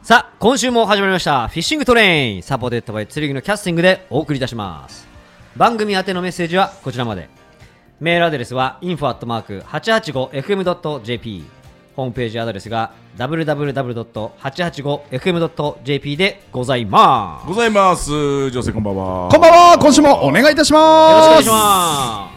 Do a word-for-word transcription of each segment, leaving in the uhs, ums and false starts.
さあ今週も始まりましたフィッシングトレイン、サポーテッドバイ釣り具のキャスティングでお送りいたします。番組宛てのメッセージはこちらまで。メールアドレスは インフォ アットマーク はちはちごエフエム ドット ジェーピー、 ホームページアドレスが ダブリューダブリューダブリュー ドット はちはちごエフエム ドット ジェーピー でございますございます女性こんばんは。 こんばんは。今週もお願いいたします。 よろしくお願いします。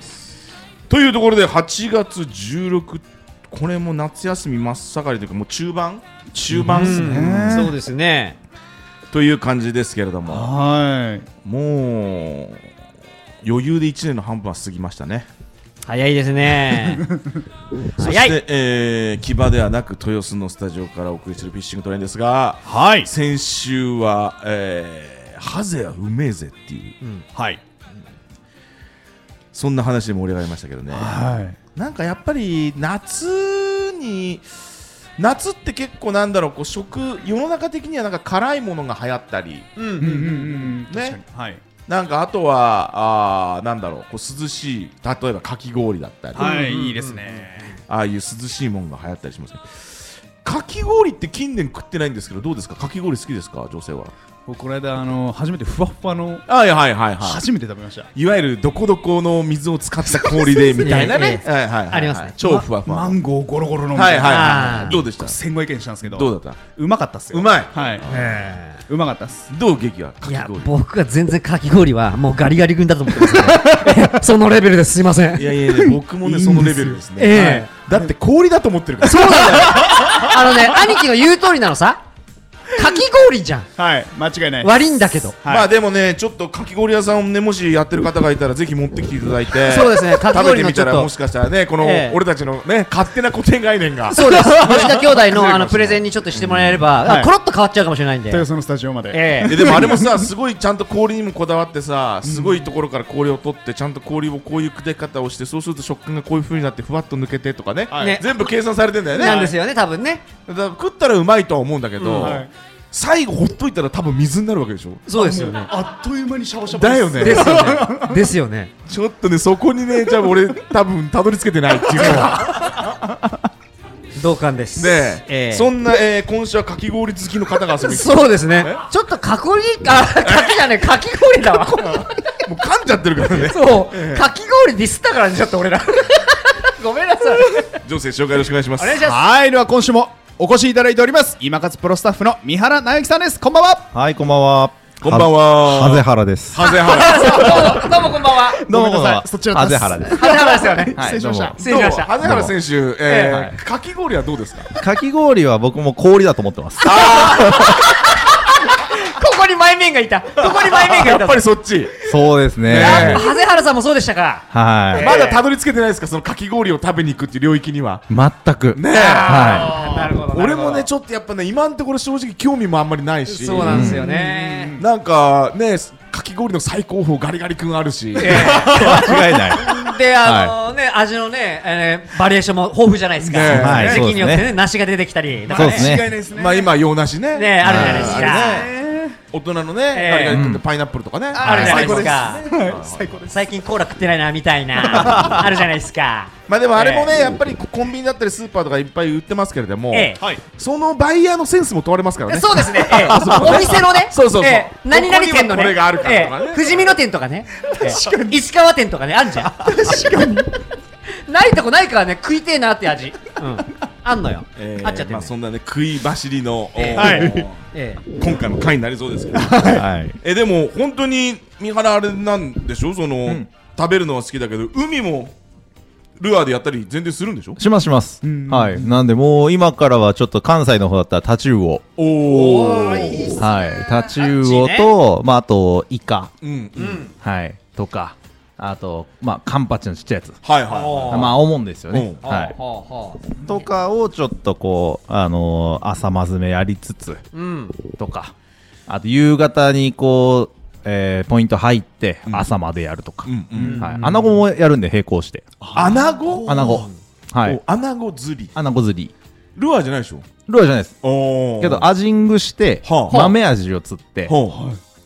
というところではちがつじゅうろくにち、これも夏休み真っ盛りというかもう中盤中盤ですね。 そうですねという感じですけれども、 はい、 もう余裕でいちねんの半分は過ぎましたね。 早いですねそして、えー、木場ではなく豊洲のスタジオからお送りするフィッシングトレインですが、 はい、 先週は、えー、ハゼはうめえぜっていう、うん、 はい、 そんな話で盛り上がりましたけどね、はい、なんかやっぱり夏に夏って結構なんだろう、こう食世の中的にはなんか辛いものが流行ったり、 うんうんうんうんね、 はい、 なんかあとはあなんだろう、こう涼しい、例えばかき氷だったり、 はい、いいですね。 ああいう涼しいものが流行ったりしますね。かき氷って近年食ってないんですけどどうですか、かき氷好きですか女性は。 僕この間あの初めてふわふわのはいはいはいはい初めて食べました。 いわゆるどこどこの水を使った氷でみたいなね、はいはいありますね。 超ふわふわマンゴーゴロゴロのはいはいはい。どうでした。 せんごひゃくえんしたんですけどどうだった。 うまかったっすよ。 うまい。 はい、うまかったっす。 どう激はかき氷。 いや僕は全然かき氷はもうガリガリ君だと思ってますねそのレベルです。すいません。 いやいや僕もねそのレベルですね。 ええだって氷だと思ってるから。 そうなんだよあのね兄貴の言う通りなのさ、かき氷じゃん。 はい、間違いない。 悪いんだけど、 はい、 まあでもねちょっとかき氷屋さんをねもしやってる方がいたらぜひ持ってきていただいてそうですね、かき食べて氷のちょっとみたらもしかしたらねこのええ俺たちのね勝手な固定概念がそうです吉田兄弟のあのプレゼンにちょっとしてもらえれば、 はい、 コロッと変わっちゃうかもしれないんで、 豊洲のスタジオまで、 ええでもあれもさすごいちゃんと氷にもこだわってさ、すごいところから氷を取ってちゃんと氷をこういう砕き方をして、そうすると食感がこういう風になってふわっと抜けてとかね、 はいね全部計算されてんだよね。 なんですよね多分ね。 だから食ったらうまいとは思うんだけど、 うんはい、 最後ほっといたら多分水になるわけでしょ。 そうですよね。 あっという間にシャバシャバだよね。 ですよねですよね。 ちょっとねそこにねじゃあ俺多分たどり着けてないっていうのは同感ですねえ、 ええそんな、えー、今週はかき氷好きの方が遊びに来てそうですね。ちょっとかこりあかきじゃねかき氷だわもう噛んじゃってるからね。 そう、ええ、かき氷ディスったからねちょっと俺らごめんなさい。 女性紹介よろしくお願いします。 お願いします。 はい、では今週もお越しいただいております今勝プロスタッフの三原直之さんです。こんばんは。 はい、こんばんは。 こんばんは。 ハゼハラです。 ハゼハラ。 どうもこんばんは。 どうもこんばんごめんなさは。 いそっちのハゼハラです。 ハゼハラですよね。 失礼しました。 失礼しました。 ハゼハラ選手、えはいー、かき氷はどうですか。 かき氷は僕も氷だと思ってます。 ここに前面がいた。ここに前面がいた。 やっぱりそっち。 そうですね。 やっぱハゼハラさんもそうでしたか。 はい。 まだたどり着けてないですか、そのかき氷を食べに行くっていう領域には。 全く。 ねえ。 はなるほど。 俺もねちょっとやっぱね今のところ正直興味もあんまりないし。 そうなんですよね。 なんかねかき氷の最高峰ガリガリ君あるし。 い。間違いない。 であのね味のねえーバリエーションも豊富じゃないですか。 ねはい時期によってそうですね梨が出てきたり。 そうですね。 間違いないですね。 まあ今洋梨ね。 ねあるじゃないですあれねか。 大人のねええガリガリ君ってパイナップルとかね。 あるじゃないですか。 最高です。 最近コーラ食ってないなみたいなあるじゃないですか。 まあでもあれもね、 ええやっぱりコンビニだったりスーパーとかいっぱい売ってますけれども、 ええはい。 そのバイヤーのセンスも問われますからね。 そうですね。ええお店のね。 そうそうそうええ何々店のね。 どこにはこれがあるかとかねええ富士見野店とかね。ええ石川店とかねあるじゃん。確かに。ないとこないからね食いてえなって味。うん。あんのよ。 えーあっちゃってるね。 まあそんなね食い走りの、 ええおーはいええ今回の回になりそうですけど、 はい。 えでも本当に三原あれなんでしょ、その、 ん食べるのは好きだけど海もルアーでやったり全然するんでしょ。 しますします。 んはい。なんでもう今からはちょっと関西の方だったらタチウオ。 おおおーいいっすねはい。タチウオと、まああとイカ。 うんうんはい。とか。あと、まあカンパチのちっちゃいやつ。 はいはいおーまあ思うんですよね。 うんはい。 ほうほうとかをちょっとこう、あのー、朝まずめやりつつうん。 とか、あと夕方にこう、えーポイント入ってうん朝までやるとか、 うんうんはい、アナゴもやるんで並行して、 アナゴアナゴ、はいお、アナゴ釣りアナゴ釣り、 ルアーじゃないでしょ。 ルアーじゃないです。 おーけどアジングしてはあ豆アジを釣って、 は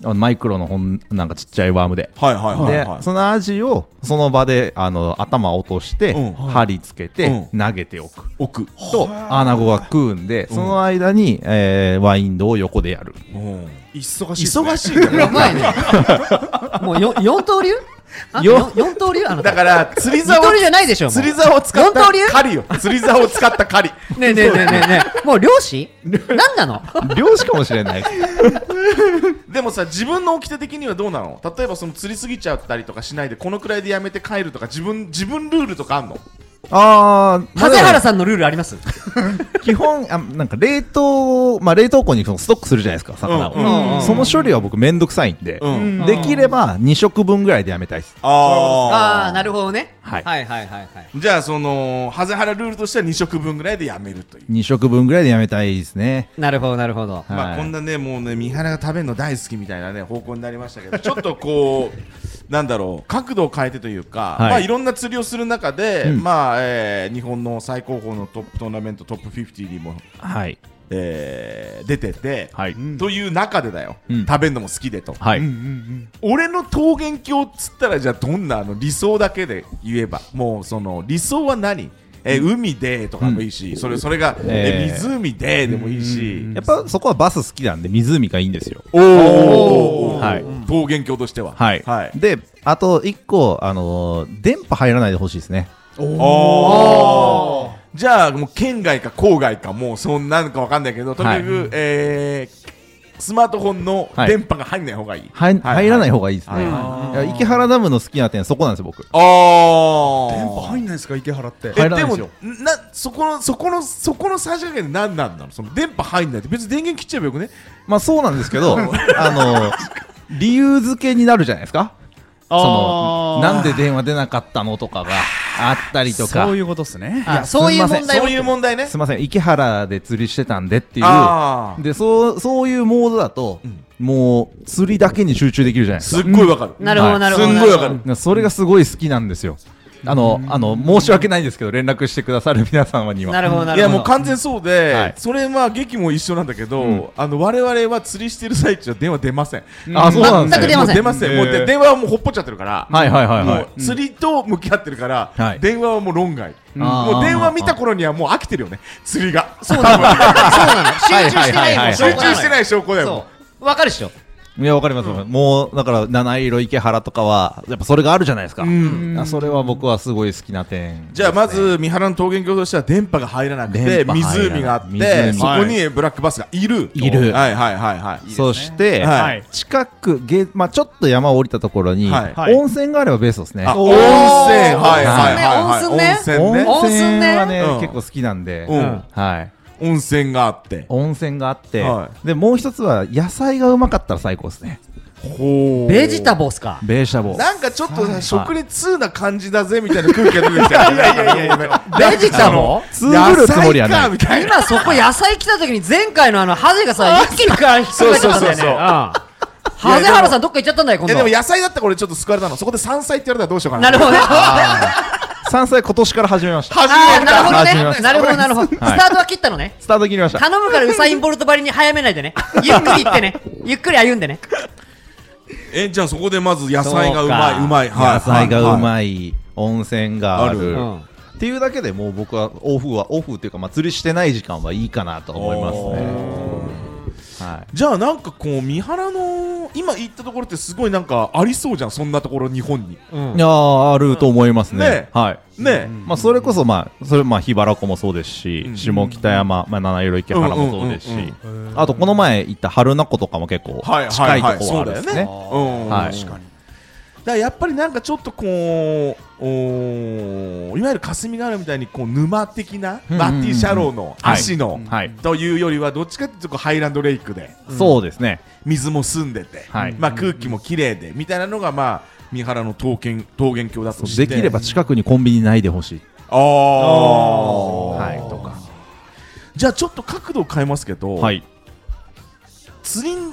あのマイクロのほんなんかちっちゃいワームで、 はいはいはいではいそのアジをその場であの頭を落として、 うん針つけて、 う投げておく奥とアナゴが食うんで、その間に、えーワインドを横でやる。 うん忙しいですね。 忙しいねうまいねもうよ四刀流あよよ四刀流あのだから釣り二竿を刀流じゃないでしょもう釣り竿を使った四刀流狩りよ釣り竿を使った狩りねえねえねえねえねえもう漁師何なの漁師かもしれないでもさ自分の掟的にはどうなの？例えばその釣りすぎちゃったりとかしないでこのくらいでやめて帰るとか自分自分ルールとかあんの？ あー長谷原さんのルールあります基本あなんか冷凍、まあ、冷凍庫にそのストックするじゃないですか魚を、 うんうんうんその処理は僕めんどくさいんで、 うんできればに食分ぐらいでやめたいです。 あああなるほどね、 はいはいはいはいはいじゃあその長谷原ルールとしてはに食分ぐらいでやめるというに食分ぐらいでやめたいですね。 なるほどなるほどまあはいこんなねもうね三原が食べるの大好きみたいなね方向になりましたけどちょっとこうなんだろう角度を変えてというか、 はいまあいろんな釣りをする中で、 うんまあ、えー日本の最高峰のトップトーナメントトップフィフティーにも、 はいえー出てて、 はいという中でだよ、 うん食べるのも好きでと、 はい、 俺の桃源郷っつったらじゃあどんなあの理想だけで言えばもうその理想は何？えー海でとかもいいし、それそれが、えーえー湖ででもいいし、 やっぱそこはバス好きなんで湖がいいんですよ。 おお、 はい桃源郷としては、 はい、 はい、 であといっこ、あのー電波入らないでほしいですね。 おーじゃあもう県外か郊外かもうそんなんかわかんないけどとにかく、 はいえースマートフォンのはい電波が入んない方がいい、 はい入らない方方がいいですね。 はいいや池原ダムの好きな点そこなんですよ僕。 ああ電波入んないですか池原って。 えでも入らないですよなそこのそこのそこの差し加減で何なんなの？その電波入んないって別に電源切っちゃえばよくね？ まあそうなんですけどあのー理由付けになるじゃないですか。そのなんで電話出なかったのとかがあったりとか。 そういうことですね。 あそういうすんません問題もそういう問題ね。 すみません池原で釣りしてたんでっていうあーでそうそういうモードだと、 んもう釣りだけに集中できるじゃないですか。 すっごいわかる。 なるほどなるほどすんごいわかるなるほどそれがすごい好きなんですよ。あのあの申し訳ないんですけど連絡してくださる皆様には。 なるほどないるほどやもう完全そうで、 はいそれは劇も一緒なんだけど、 うんあの我々は釣りしてる最中は電話出ません。 あそうなんですね。 全く出ませんもう出ません。 へーもうで電話はもうほっぽっちゃってるから、 はいはいはいはもう釣りと向き合ってるから、 はい電話はもう論外。 い。 もう電話見た頃にはもう飽きてるよね、釣りが。 そうなのそうなの集中してないもんはい集中してない証拠だよ。 そうわかるでしょいやわかります、もうだから七色池原とかはやっぱそれがあるじゃないですか。 んあそれは僕はすごい好きな点。 じゃあまず三原の桃源郷としては電波が入らなくて電波入らない湖があって湖そこにブラックバスがいるいるはいはいはいはいそして、 はい近くげ、まあ、ちょっと山を降りたところに、 はいはい温泉があればベストですね。 あおー温泉はいはいはいはい温泉ね温泉ね温泉ねはね、 うん結構好きなんで、 うんはい、 温泉があって温泉があって、 はでもう一つは野菜がうまかったら最高ですね。 ほベジタボスかベーシャボなんかちょっとさ食に通な感じだぜみたいな空気が出てきたいやいやいやいやベジタボ通ずるつもりはない野菜かみたいな今そこ野菜来た時に前回のあのハゼがさ一気にから引っかかっちゃったんだよねそうそうそうそううんハゼ原さんどっか行っちゃったんだよ今いや度でも野菜だったら俺ちょっと救われたのそこで山菜って言われたらどうしようかななるほどね山菜今年から始めました。 始ああめたなるほど始めましたねなるほどなるほどスタートは切ったのねスタート切りました。 頼むからウサインボルトばりに早めないでねゆっくり行ってねゆっくり歩んでねえじゃあそこでまず野菜がうまそうかいうまい野菜がういまい、温泉があるあるうんっていうだけでもう僕はオフはオフっていうか、まあ、釣りしてない時間はいいかなと思いますね。はい、 じゃあなんかこう三原の今言ったところってすごいなんかありそうじゃんそんなところ日本にうんいやーあると思いますね。 ねはい。 ねまあそれこそまあそれまあ桧原湖もそうですし、 うん下北山、まあ七色池原もそうですし、 うんうんうんあとこの前行った春名湖とかも結構はい近はいいはいところはあるんですね。 うんはい確かにだからやっぱりなんかちょっとこうおーいわゆる霞ヶ原みたいにこう沼的なうんバッティシャローのはい足のはい。 というよりはどっちかっていうとこうハイランドレイクでそうですね。 水も澄んでてはいまあ空気も綺麗でみたいなのがまあ三原の桃源桃源郷だとしてできれば近くにコンビニないでほしい。 ああはいとか。 じゃあちょっと角度を変えますけど、 はい。 釣り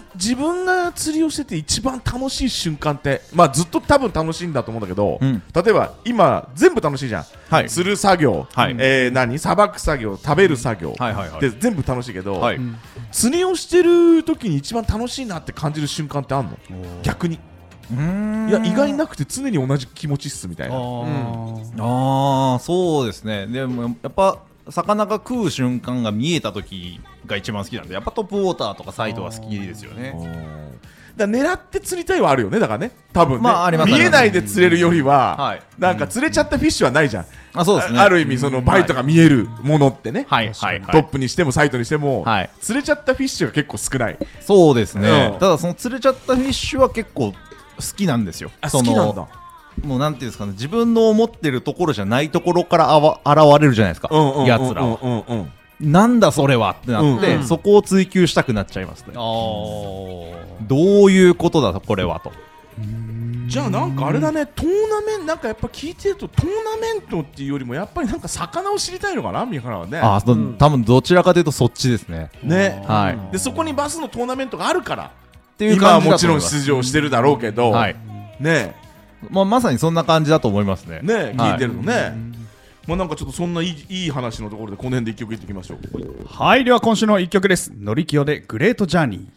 自分が釣りをしてて一番楽しい瞬間ってまあずっと多分楽しいんだと思うんだけど、うん、例えば今全部楽しいじゃん、はい、釣る作業、はいえー、何さばく作業食べる作業、はいはいはい、で全部楽しいけど、はい、釣りをしてる時に一番楽しいなって感じる瞬間ってあんの？逆にうーんいや意外なくて常に同じ気持ちっすみたいな。あ、うん、 あそうですね。でもやっぱ魚が食う瞬間が見えた時が一番好きなんで、やっぱトップウォーターとかサイトは好きですよね。 だ狙って釣りたいはあるよね。だからね多分ね、まあ、あります見えないで釣れるよりは、うんはい、なんか釣れちゃったフィッシュはないじゃん、うん、あ, そうですね、あ, ある意味そのバイトが見えるものってね、はいはいはい、トップにしてもサイトにしても、はい、釣れちゃったフィッシュが結構少ない。 そうですね、うん、ただその釣れちゃったフィッシュは結構好きなんですよ。 あ好きなんだ。 もうなんていうんですかね、自分の思ってるところじゃないところからあわ現れるじゃないですか、うんうん、やつらは、うんうんうん、なんだそれはってなって、うんうん、そこを追求したくなっちゃいますね。あどういうことだこれはと。 じゃあなんかあれだね、トーナメントなんかやっぱ聞いてるとトーナメントっていうよりもやっぱりなんか魚を知りたいのかな、三原はね。 あ、うん、多分どちらかというとそっちですね。 ね、はい、でそこにバスのトーナメントがあるからっていう今はもちろん出場してるだろうけど、はい、ねまあ、まさにそんな感じだと思いますね。 ね聞いてるのね、はい、まあ、なんかちょっとそんないい、いい話のところでこの辺で一曲いっておきましょう。 はい、では今週の一曲です。のりきよでグレートジャーニー。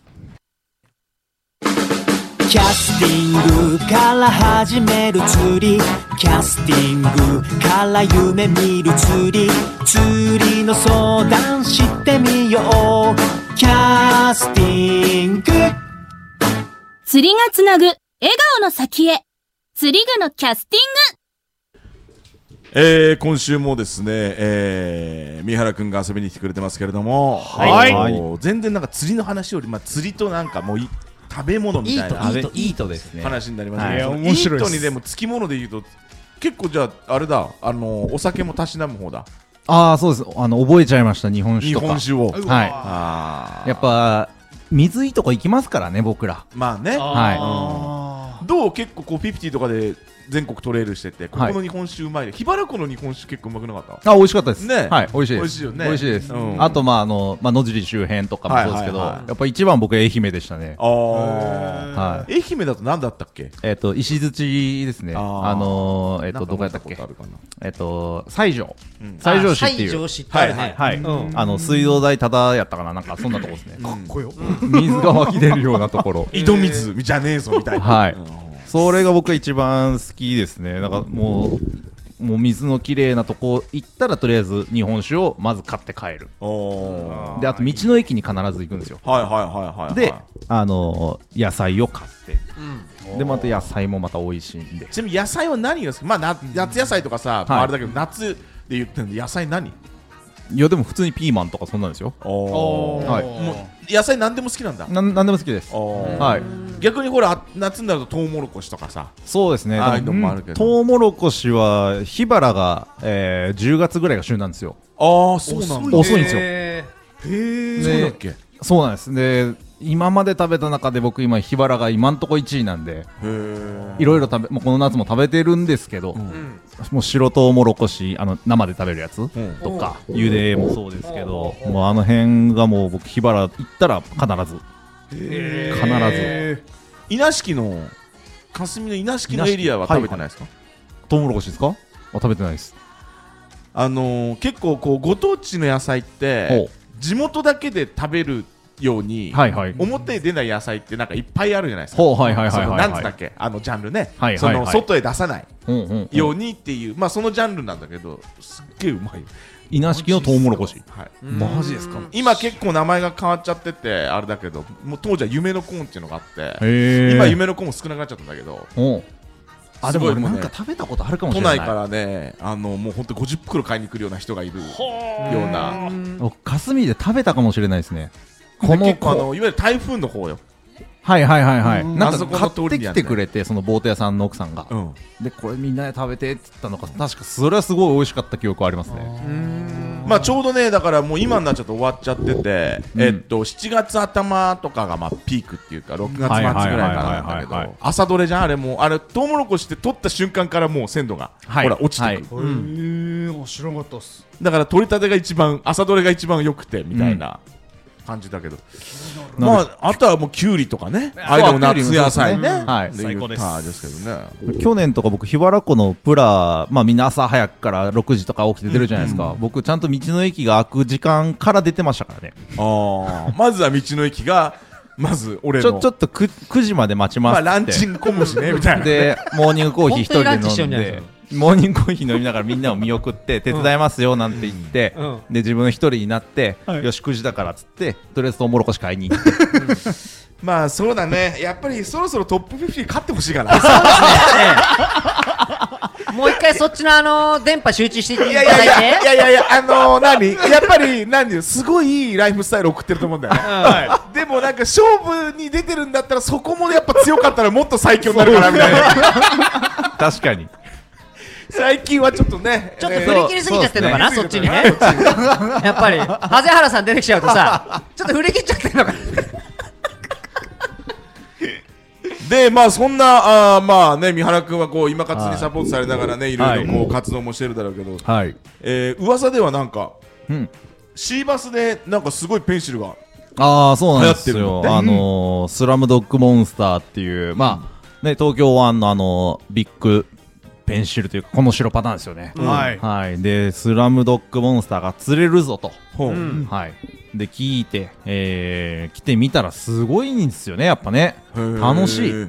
キャスティングから始める釣り、キャスティングから夢見る釣り、釣りの相談してみよう。キャスティング、 釣りがつなぐ笑顔の先へ、釣り具のキャスティング。 えー、今週もですね、えー、三原くんが遊びに来てくれてますけれども、 はい、はい、 全然なんか釣りの話より、まあ、釣りとなんかもうい食べ物みたいな話になりますね。面白いです。イートにでもつきもので言うと結構じゃああれだ、あのお酒もたしなむ方だ。 ああそうです。あの覚えちゃいました、日本酒とか。 日本酒を、 はい、あやっぱ水いいとこ行きますからね僕ら。 まあね、はい、どう結構こうフィフティとかで全国トレイルしてて、ここの日本酒うまいで、桧原湖の日本酒結構うまくなかった？ あ、美味しかったですね。はい、美味しいです。 美味しいよね。 美味しいです。うん、あとまああのまあ野尻周辺とかもそうですけど、はいはいはい、やっぱ一番僕愛媛でしたね。ああ、はい。愛媛だと何だったっけ？ えっと石槌ですね。あ, あのー、えっとどこやったっけ？えっと西条、うん、西条市っていう。西条市ってはいはいはい。うん、あの水道代ただやったかな、なんかそんなとこですね。 かっこよ。 水が湧き出るようなところ。 井戸水じゃねえぞみたいな。 はい。それが僕は一番好きですね。だからもう、もう水のきれいなとこ行ったらとりあえず日本酒をまず買って帰る。であと道の駅に必ず行くんですよ。 はいはいはいはい、はい、 で、あのー、野菜を買って、うん、でまた野菜もまた美味しいんで。 ちなみに野菜は何が好き？まあな夏野菜とかさ、はい、あれだけど夏で言ってるの野菜何？ いやでも普通にピーマンとかそんなんですよ。 はい、もう野菜何でも好きなんだ。 な何でも好きです。はい。 逆にほら夏になるとトウモロコシとかさ。 そうですね。 ああいうのもあるけど、 トウモロコシは桧原が、えー、じゅうがつぐらいが旬なんですよ。 ああそうなんだ。 遅いんですよ。 へえ。そうだっけ？ そうなんです。で今まで食べた中で僕今桧原が今んとこいちいなんで、いろいろ食べ、もうこの夏も食べてるんですけど、うん、もう白トウモロコシ、あの生で食べるやつ、うん、とか、うん、茹でもそうですけど、うん、もうあの辺がもう僕桧原行ったら必ず必ず稲敷の霞の稲敷のエリアは食べてないですか？はい、 トウモロコシですか？あ、食べてないです。 あのー、結構こうご当地の野菜って地元だけで食べるように、はいはい、表に出ない野菜ってなんかいっぱいあるじゃないですか。なんつったっけ、あのジャンルね、はいはいはい、その外へ出さないようにっていう、まあそのジャンルなんだけど、すっげえうまい。 稲敷のトウモロコシ、 はい、マジですか？今結構名前が変わっちゃっててあれだけど、もう当時は夢のコーンっていうのがあって、今夢のコーンも少なくなっちゃったんだけど、 あでも俺なんか食べたことあるかもしれない。 都内からね、あのもう本当ごじゅっぷくろ買いに来るような人がいるような。 霞で食べたかもしれないですね。 この結構あのいわゆる台風の方よ。 はいはいはいはい。なんか買ってきてくれて、そのボート屋さんの奥さんが、うん、でこれみんなで食べてって言ったのか、確かそれはすごい美味しかった記憶ありますね。 まあちょうどね、だからもう今になっちゃって終わっちゃってて、うん、えっとしちがつあたまとかがまあピークっていうかろくがつまつぐらいからなんだけど、朝どれじゃんあれもうあれトウモロコシって取った瞬間からもう鮮度が、はい、ほら落ちてくる。 はい、うん、へえ、知らなかったっす。 だから取りたてが一番朝どれが一番良くてみたいな。うん、 感じだけど、まああとはもうキュウリとかね、あれでも夏野菜ね、 はい、 最高ですですけどね。 去年とか僕桧原湖のプラ、まあみんな朝早くからろくじとか起きて出るじゃないですか。僕ちゃんと道の駅が開く時間から出てましたからね。 ああ、まずは道の駅がまず俺のちょちょっと 9, 9時まで待ちますって、 まあランチン混むしねみたいなでモーニングコーヒー一人で飲ん本当にランチしちゃうんじゃないでで。モーニングコーヒー飲みながらみんなを見送って手伝いますよなんて言って、 うんうんで自分一人になって、 はい、 よしくじだからっつってとりあえずトウモロコシ買いに行ってまあそうだね、やっぱりそろそろトップごじゅう勝ってほしいかな。 もう一回そっちのあの電波集中していたいやいやいだいて。 やいやいやいや、あのー、何やっぱり何すごいいいライフスタイル送ってると思うんだよね、はい、でもなんか勝負に出てるんだったらそこもやっぱ強かったらもっと最強になるからみたいな確かに最近はちょっとねちょっと振り切りすぎちゃってるのかな、 えーそっちにね。やっぱり長谷原さん出てきちゃうとさ、ちょっと振り切っちゃってるのかな。 でまあそんなあまあね三原君はこう今勝にサポートされながらねいろいろこう活動もしてるだろうけど、 はい、 えー、噂ではなんか、 うん、 シーバスでなんかすごいペンシルがああそうなんです流行ってるよ、あのー、スラムドッグモンスターっていうまあね東京湾のあのビッグペンシルというかこの白パターンですよね、 うん、はい、 はい、でスラムドッグモンスターが釣れるぞと、 うん、 はいで聞いて、えー、来てみたらすごいんですよねやっぱね楽しい、うん、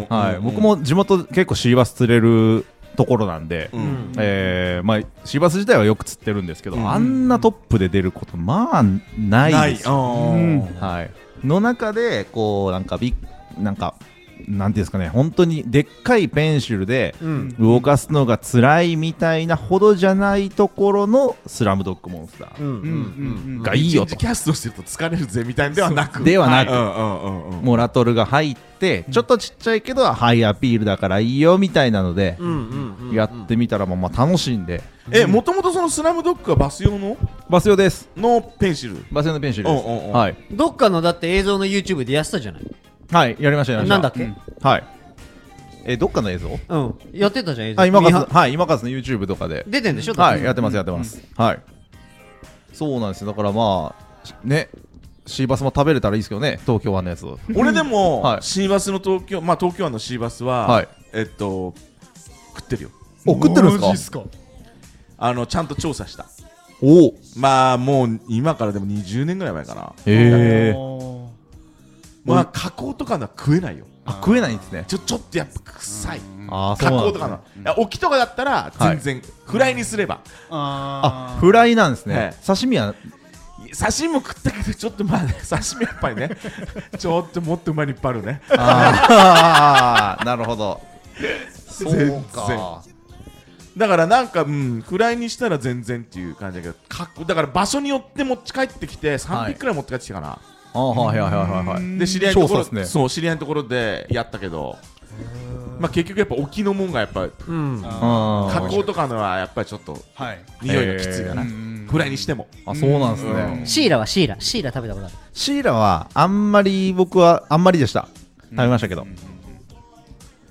はい、僕も地元結構シーバス釣れるところなんで、うんえーまあ、シーバス自体はよく釣ってるんですけど、うん、あんなトップで出ることまあないですよ、うんはい、の中でこうなんかビなんかなんていうんですかね本当にでっかいペンシルで動かすのが辛いみたいなほどじゃないところのスラムドッグモンスターがいいよと、 キャストしてると疲れるぜみたいではなくではなく、もうラトルが入ってちょっとちっちゃいけどハイアピールだからいいよみたいなのでやってみたらまあ楽しいんで。 えもともとそのスラムドッグはバス用のバス用ですのペンシルバス用のペンシルです、はい、 どっかのだって映像の YouTube でやってたじゃない。 はい、やりましたやりました。 なんだっけ、うん、 はい。えどっかの映像？ うん、やってたじゃん映像。 あ今かつはい今かつの YouTube とかで出てんでしょ。 はいやってますやってます。うん、はい。そうなんですよだからまあねシーバスも食べれたらいいですけどね東京湾のやつ。 俺でも、 はい、 シーバスの東京まあ東京湾のシーバスは、はい、えっと食ってるよ。 お食ってるんですか？ あのちゃんと調査した。 おまあもう今からでもにじゅうねんぐらい前かな。 へえ。 まあ加工とかのは食えないよ。 あ食えないんですね。 ちょちょっとやっぱ臭い。 あ加工とかの沖とかだったら全然フライにすれば。 あフライなんですね。刺身は刺身も食ったけどちょっとまあね刺身やっぱりねちょっともっとうまいのいっぱいあるね。 ああなるほど。そうか。 だからなんか、うん、フライにしたら全然っていう感じだけどだから場所によって持ち帰ってきてさんびきくらい持って帰ってきたかな。 あはいはいはいはいはい。 で知り合いのところで、ね、そう知り合いのところでやったけど、まあ結局やっぱ沖のもんがやっぱ、うん、加工とかのはやっぱりちょっと、はい、匂いがきついかな。フライにしても。 あそうなんですね。 うん、シーラはシーラシーラ食べたことある。 シーラはあんまり僕はあんまりでした。食べましたけど。うん、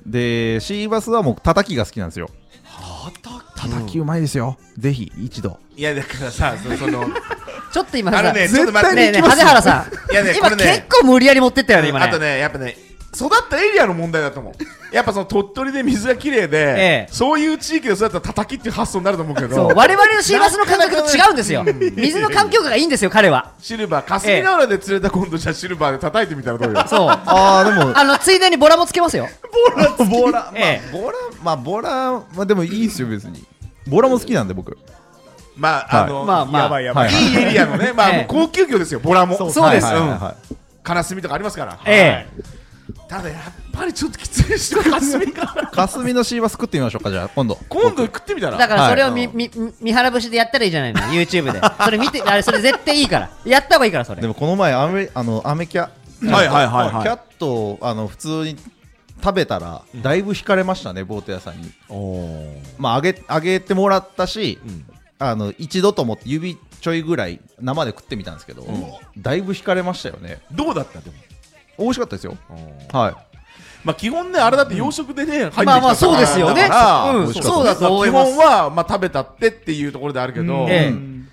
でシーバスはもう叩きが好きなんですよ。叩きうまいですよ。ぜひ一度。 いやだからさそそのちょっと今さ、 あのね、ちょっと待ってねえねえ、長谷原さん、いやね、今結構無理やり持ってったよね、今ね。 あとね、やっぱね、育ったエリアの問題だと思う。やっぱその鳥取で水がきれいで、ええ、そういう地域でそうやったら叩きっていう発想になると思うけど、 そう我々のシーバスの感覚と違うんですよ。水の環境がいいんですよ、彼は。 シルバー、霞ヶ浦で釣れた今度じゃシルバーで叩いてみたらどうよ。 そう。ああ、でも、あのついでにボラもつけますよ。 ボラ、ボラ、ええ、ボラ、まあボラ、まあでもいいですよ別に。ボラも好きなんで僕。 まあ、あの、 まあまあ、 やばいやばい。いいエリアのね、まあ高級魚ですよ、ボラも。 そうです。 カラスミとかありますから。 ええ。 ただやっぱりちょっときついし、カスミが。 カスミのシーバス食ってみましょうか、じゃあ今度。 今度食ってみたら。 だからそれをみみ見晴ら節でやったらいいじゃないの、YouTube で。それ見て、あれそれ絶対いいから。やった方がいいからそれ。 でもこの前アメあのアメキャ、 はいはいはいはい。 キャットあの普通に食べたらだいぶ惹かれましたね、ボート屋さんに。まああげあげてもらったし、あの一度と思って指ちょいぐらい生で食ってみたんですけど、だいぶ惹かれましたよね。 どうだったでも。 美味しかったですよ。はい。 まあ基本ねあれだって養殖でね入ってきたまあまあそうですよね。そうだと思います。 基本はまあ食べたってっていうところであるけど。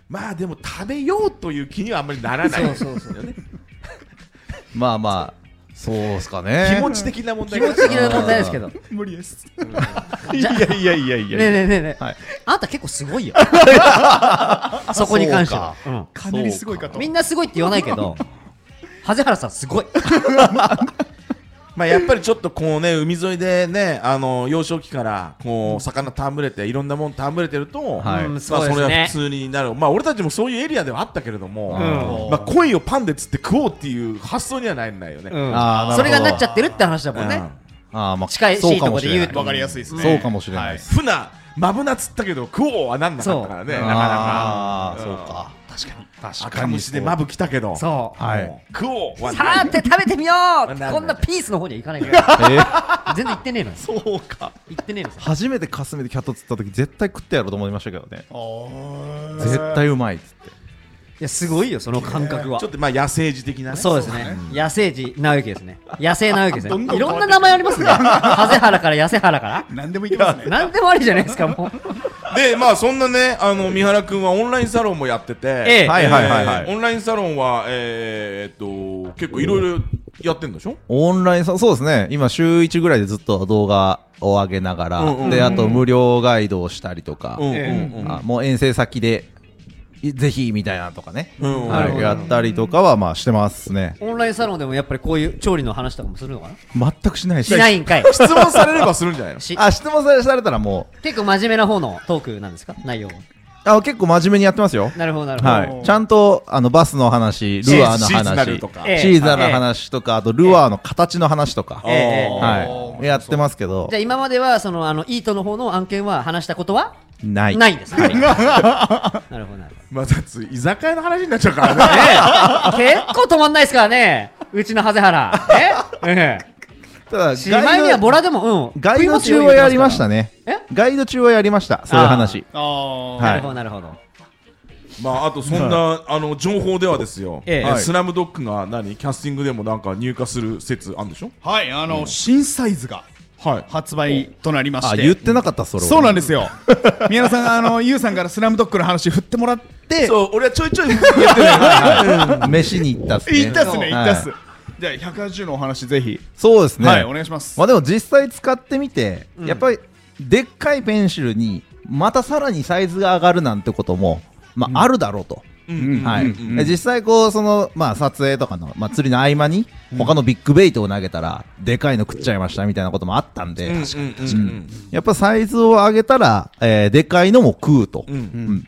まあでも食べようという気にはあんまりならない。 そうそうそうね。 まあまあそうですかね。 気持ち的な問題。 気持ち的な問題ですけど。 無理です。 いやいやいやいや。 ねえねえねえねえ、 はい、 あんた結構すごいよ。そこに関しては。うん、 かなりすごいかと。 みんなすごいって言わないけど、ハゼハラさんすごい。 まあやっぱりちょっとこうね海沿いでねあの幼少期からこう魚戯れていろんなもん戯れてると、 はい、 まあそれは普通になる。まあ俺たちもそういうエリアではあったけれども、 うん、 まあ鯉をパンで釣って食おうっていう発想にはないんだよね。 うん、あそれがなっちゃってるって話だもんね。うん、 あまあ近いしいところで言うと分かりやすいですね。 そうかもしれないです。 船マブナ釣ったけど食おうはなんなかったからね。なかなか。 ああそうか。 確かに。 赤虫でマブ来たけど、 そうはい、 食おうはさーて食べてみよう。こんなピースの方にはいかないから、えー、全然行ってねえのよ。 そうか行ってねえのよ。 初めてかすめでキャット釣った時絶対食ってやろうと思いましたけどね。絶対うまいっつって。 いやすごいよその感覚は。 ちょっとまあ野生児的なね。 そうですね、野生児直之ですね。野生直之ですね。いろんな名前ありますね。ハゼハラから野生ハラから何でもいけますね。 何でもありじゃないですかもう。 でまあそんなねあの三原君はオンラインサロンもやってて、 ええ、 はいはいはいはい、 オンラインサロンはえー、っと結構いろいろやってんでしょ。 オンラインサそうですね。今週いちぐらいでずっと動画を上げながら、うんうん、であと無料ガイドをしたりとか、うんうんうん、あもう遠征先でぜひみたいなとかね、うんうんはい、やったりとかはまあしてますね。 オンラインサロンでもやっぱりこういう調理の話とかもするのかな。 全くしないし。 しないんかい。 質問されればするんじゃないの。 あ質問されたらもう結構真面目な方のトークなんですか内容。 あ結構真面目にやってますよ。 なるほどなるほど、 はい、ちゃんとあのバスの話ルアーの話シーズナルとか、えー、シーザーの話とか、えー、あとルアーの形の話とか、えーはい、やってますけど。 じゃあ今まではそのあのイートの方の案件は話したことはないないんですね。なるほどなるほど。 まあだつ居酒屋の話になっちゃうからね。結構止まんないですからねうちのハゼハラ。ええただしまいにはボラでも、うん、 ガイド中はやりましたね。ガイド中はやりました。そういう話。 ああ、はい、なるほどなるほど。 まああとそんなあの情報ではですよ、ええ、スラムドッグが何キャスティングでもなんか入荷する説あるんでしょ。 はいあの、うん、新サイズが発売となりまして。 あ言ってなかったそれ。 そうなんですよ。宮田さんあのユウさんからスラムドッグの話振ってもらって。 そう俺はちょいちょい言ってたよ。 飯に行ったっすね。 行ったっすね行ったっす。じゃあひゃくはちじゅうのお話ぜひ。 そうですね。 はいお願いします。 まあでも実際使ってみて、うん、やっぱりでっかいペンシルにまたさらにサイズが上がるなんてこともまあ、うん、あるだろうと。はい、実際こうその、まあ、撮影とかの、まあ、釣りの合間に他のビッグベイトを投げたらでかいの食っちゃいましたみたいなこともあったんで、やっぱサイズを上げたら、えー、でかいのも食うと、うんうん、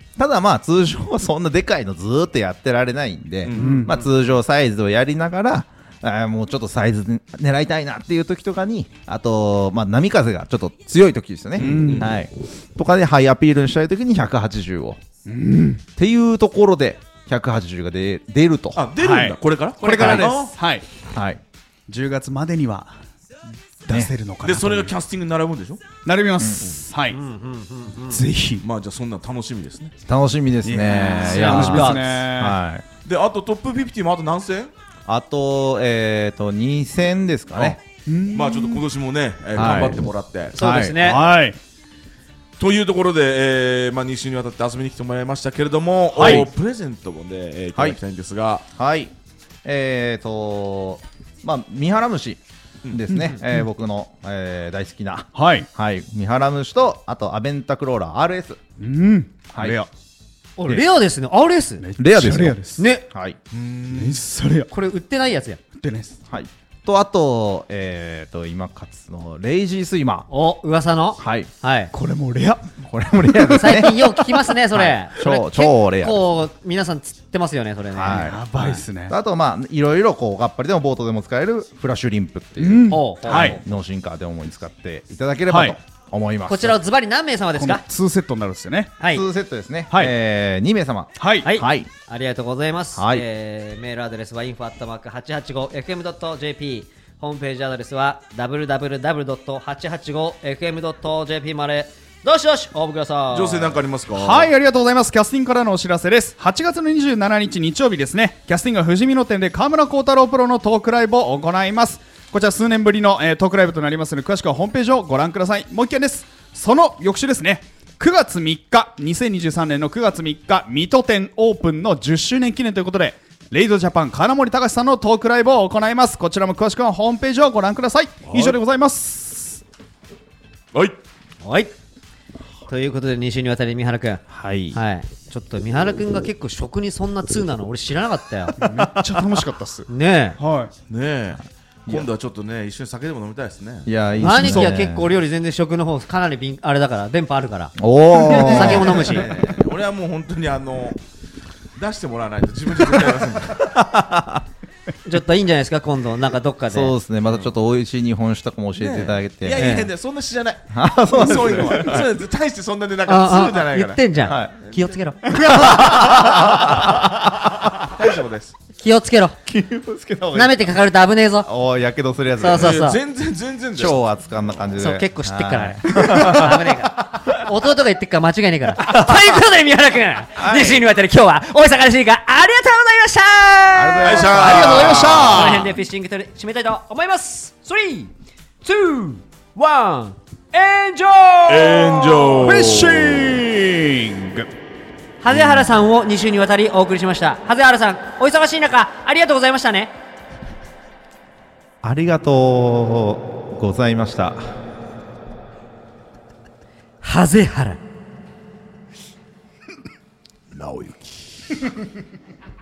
ただまあ通常はそんなでかいのずーっとやってられないんで、うんうんまあ、通常サイズをやりながらあもうちょっとサイズ狙いたいなっていう時とかにあと、まあ、波風がちょっと強い時ですよね、うんはい、とかでハイアピールにしたい時にひゃくはちじゅうをうん、っていうところでひゃくはちじゅうがで出ると。 あ出るんだ、はい、これからこれからですはい、 はい、 じゅうがつまでには出せるのかな、 ね、でそれがキャスティングに並ぶんでしょ。 並びます、うん、はい、うんうんうんうん、ぜひまあじゃあそんな楽しみですね。 楽しみですね。いや楽しみですね。 はい、であとトップフィフティもあと何戦。 あとえっ、ー、とに戦ですかね。 まあちょっと今年もね、えーはい、頑張ってもらって、 そうですね。 はいというところで、えーまあ、に週にわたって遊びに来てもらいましたけれども、はい、プレゼントもね、えー、いただきたいんですが、 はい、はい、えーとまあ三原虫ですね、うんえー、僕の、えー、大好きな、 はいはい、三原虫とあとアベンタクローラー アールエス、 うんはい、 レアレアですね。 アールエスレアですよレアですね。はい、 めっそレア。 これ売ってないやつや。 売ってないです。 はいとあと、えー、と今勝つのレイジースイマーお噂のはい、 はい、 これもレアこれもレアですね。 最近よく聞きますねそれ、はい、 超超レア。 結構皆さん釣ってますよねそれね、 はい、 やばいっすね、 はい、あとまあいろいろこうがっぱりでもボートでも使えるフラッシュリンプっていう、うんはい、ノーシンカーで主に使っていただければと思います。 こちらはズバリ何名様ですか。 にセットになるんですよね。 はい、 にセットですね、 はいえー、に名様。 はい、 はいはい、ありがとうございます、 はいえー、メールアドレスは インフォ アットマーク はちはちごエフエム ドット ジェーピー ホームページアドレスは ダブリューダブリューダブリュー ドット はちはちごエフエム ドット ジェーピー までどしどし応募ください。 女性なんかありますか。 はいありがとうございます。キャスティングからのお知らせです。はちがつのにじゅうしちにち日曜日ですね。キャスティングは富士見野店で川村幸太郎プロのトークライブを行います。こちら数年ぶりの、えー、トークライブとなりますので詳しくはホームページをご覧ください。もう一件です。その翌週ですねくがつみっかにせんにじゅうさんねんのくがつみっか水戸店オープンのじゅっしゅうねん記念ということでレイドジャパン金森隆さんのトークライブを行います。こちらも詳しくはホームページをご覧ください。以上でございます。 はいはいということでに週にわたり三原くんはいはいちょっと三原くんが結構食にそんな通なの俺知らなかったよめっちゃ楽しかったっす。 ねえはいねえ今度はちょっとね一緒に酒でも飲みたいですね。 いやいいですね兄貴は結構俺より全然食の方かなり敏あれだから電波あるからおお酒も飲むしねえ俺はもう本当にあの出してもらわないと自分じゃ絶対出せないちょっといいんじゃないですか今度なんかどっかでそうですねまたちょっと美味しい日本酒とかも教えていただいて、 いやいやいや、 ええそんな詩じゃないあそうですそういうのはそういうの大してそんなでなんかあするじゃないから言ってんじゃん、 はい気をつけろ大丈夫です気をつけろ気をつけた方がいい舐めてかかると危ねえぞおーやけどするやつそうそういや全然全然です超熱かんな感じでそう結構知ってっからあはれい危ねえから弟が言ってっから間違いねえからということで三原くんに週にわたり今日は大阪らしいかありがとうございましたありがとうございましたありがとうございましこのた。 辺でフィッシングと締めたいと思いますスリー、ツー、ワンエンジョイエンジョイフィッシング。 長谷原さんをに週にわたりお送りしました長谷原さんお忙しい中ありがとうございましたねありがとうございました長谷原直行